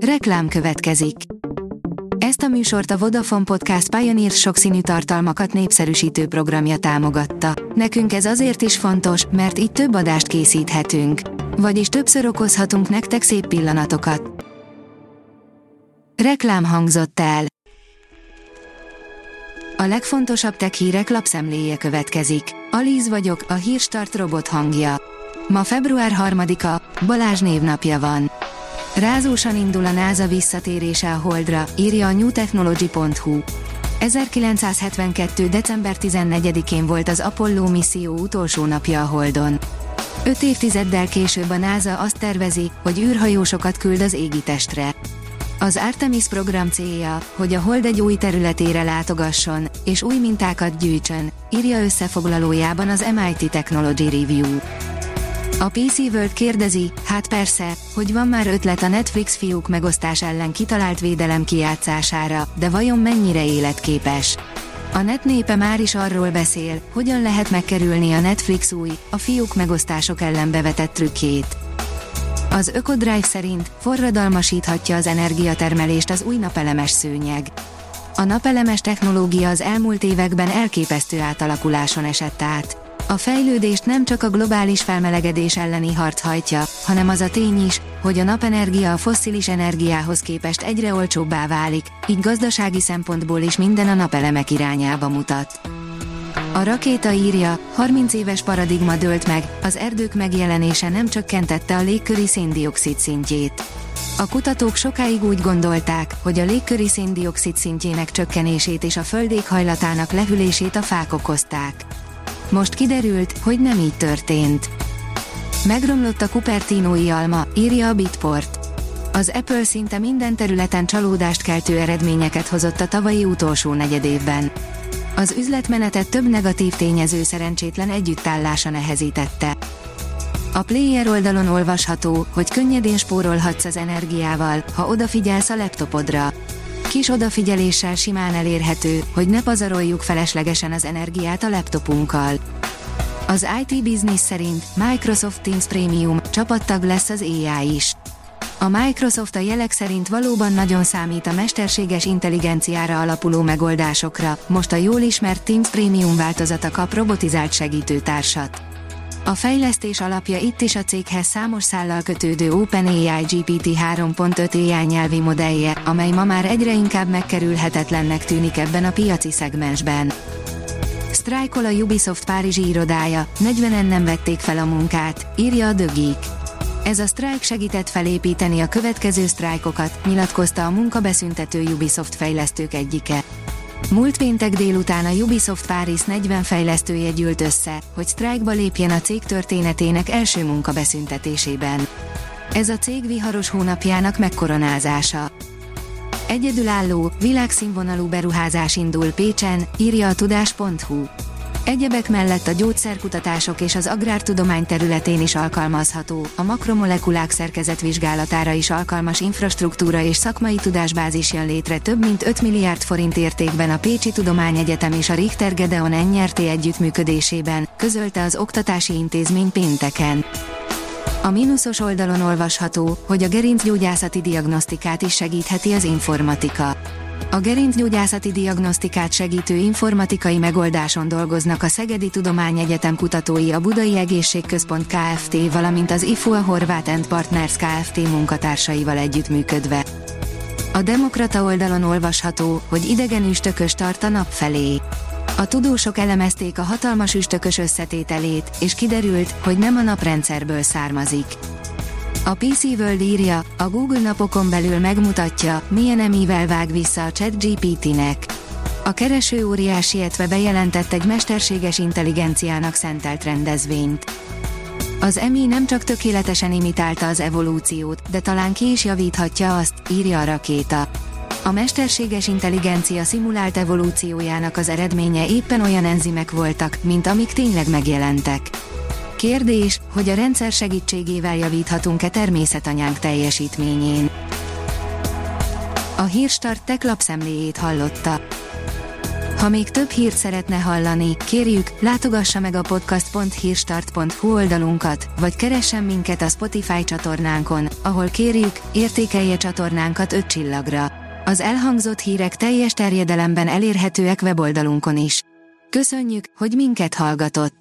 Reklám következik. Ezt a műsort a Vodafone Podcast Pioneer sokszínű tartalmakat népszerűsítő programja támogatta. Nekünk ez azért is fontos, mert így több adást készíthetünk. Vagyis többször okozhatunk nektek szép pillanatokat. Reklám hangzott el. A legfontosabb tech hírek lapszemléje következik. Alíz vagyok, a Hírstart robot hangja. Ma február 3-a, Balázs névnapja van. Rázósan indul a NASA visszatérése a Holdra, írja a newtechnology.hu. 1972. december 14-én volt az Apollo misszió utolsó napja a Holdon. 5 évtizeddel később a NASA azt tervezi, hogy űrhajósokat küld az égitestre. Az Artemis program célja, hogy a Hold egy új területére látogasson, és új mintákat gyűjtsön, írja összefoglalójában az MIT Technology Review. A PC World kérdezi, hát persze, hogy van már ötlet a Netflix fiúk megosztás ellen kitalált védelem kijátszására, de vajon mennyire életképes? A net népe már is arról beszél, hogyan lehet megkerülni a Netflix új, a fiúk megosztások ellen bevetett trükkjét. Az Ökodrive szerint forradalmasíthatja az energiatermelést az új napelemes szőnyeg. A napelemes technológia az elmúlt években elképesztő átalakuláson esett át. A fejlődést nem csak a globális felmelegedés elleni harc hajtja, hanem az a tény is, hogy a napenergia a fosszilis energiához képest egyre olcsóbbá válik, így gazdasági szempontból is minden a napelemek irányába mutat. A Rakéta írja, 30 éves paradigma dőlt meg, az erdők megjelenése nem csökkentette a légköri szén-dioxid szintjét. A kutatók sokáig úgy gondolták, hogy a légköri szén-dioxid szintjének csökkenését és a föld éghajlatának lehűlését a fák okozták. Most kiderült, hogy nem így történt. Megromlott a Cupertinói alma, írja a Bitport. Az Apple szinte minden területen csalódást keltő eredményeket hozott a tavalyi utolsó negyedévben. Az üzletmenetet több negatív tényező szerencsétlen együttállása nehezítette. A Player oldalon olvasható, hogy könnyedén spórolhatsz az energiával, ha odafigyelsz a laptopodra. Kis odafigyeléssel simán elérhető, hogy ne pazaroljuk feleslegesen az energiát a laptopunkkal. Az IT Business szerint Microsoft Teams Premium csapattag lesz az AI is. A Microsoft a jelek szerint valóban nagyon számít a mesterséges intelligenciára alapuló megoldásokra, most a jól ismert Teams Premium változata kap robotizált segítőtársat. A fejlesztés alapja itt is a céghez számos szállal kötődő OpenAI GPT 3.5 AI nyelvi modellje, amely ma már egyre inkább megkerülhetetlennek tűnik ebben a piaci szegmensben. Sztrájkol a Ubisoft párizsi irodája, 40-en nem vették fel a munkát, írja a The Geek. Ez a sztrájk segített felépíteni a következő sztrájkokat, nyilatkozta a munkabeszüntető Ubisoft fejlesztők egyike. Múlt péntek délután a Ubisoft Paris 40 fejlesztője gyűlt össze, hogy sztrájkba lépjen a cég történetének első munkabeszüntetésében. Ez a cég viharos hónapjának megkoronázása. Egyedülálló, világszínvonalú beruházás indul Pécsen, írja a tudás.hu. Egyebek mellett a gyógyszerkutatások és az agrártudomány területén is alkalmazható, a makromolekulák szerkezetvizsgálatára is alkalmas infrastruktúra és szakmai tudásbázis jön létre több mint 5 milliárd forint értékben a Pécsi Tudományegyetem és a Richter Gedeon NRT együttműködésében, közölte az oktatási intézmény pénteken. A mínuszos oldalon olvasható, hogy a gerincgyógyászati diagnosztikát is segítheti az informatika. A gerincgyógyászati diagnosztikát segítő informatikai megoldáson dolgoznak a Szegedi Tudományegyetem kutatói a Budai Egészségközpont Kft., valamint az IFU a Horváth & Partners Kft. Munkatársaival együttműködve. A Demokrata oldalon olvasható, hogy idegen üstökös tart a nap felé. A tudósok elemezték a hatalmas üstökös összetételét, és kiderült, hogy nem a naprendszerből származik. A PC World írja, a Google napokon belül megmutatja, milyen emivel vág vissza a ChatGPT-nek. A kereső óriás sietve bejelentett egy mesterséges intelligenciának szentelt rendezvényt. Az EMI nem csak tökéletesen imitálta az evolúciót, de talán ki is javíthatja azt, írja a Rakéta. A mesterséges intelligencia szimulált evolúciójának az eredménye éppen olyan enzimek voltak, mint amik tényleg megjelentek. Kérdés, hogy a rendszer segítségével javíthatunk-e természetanyánk teljesítményén. A Hírstart Tech lapszemléjét hallotta. Ha még több hírt szeretne hallani, kérjük, látogassa meg a podcast.hírstart.hu oldalunkat, vagy keressen minket a Spotify csatornánkon, ahol kérjük, értékelje csatornánkat 5 csillagra. Az elhangzott hírek teljes terjedelemben elérhetőek weboldalunkon is. Köszönjük, hogy minket hallgatott!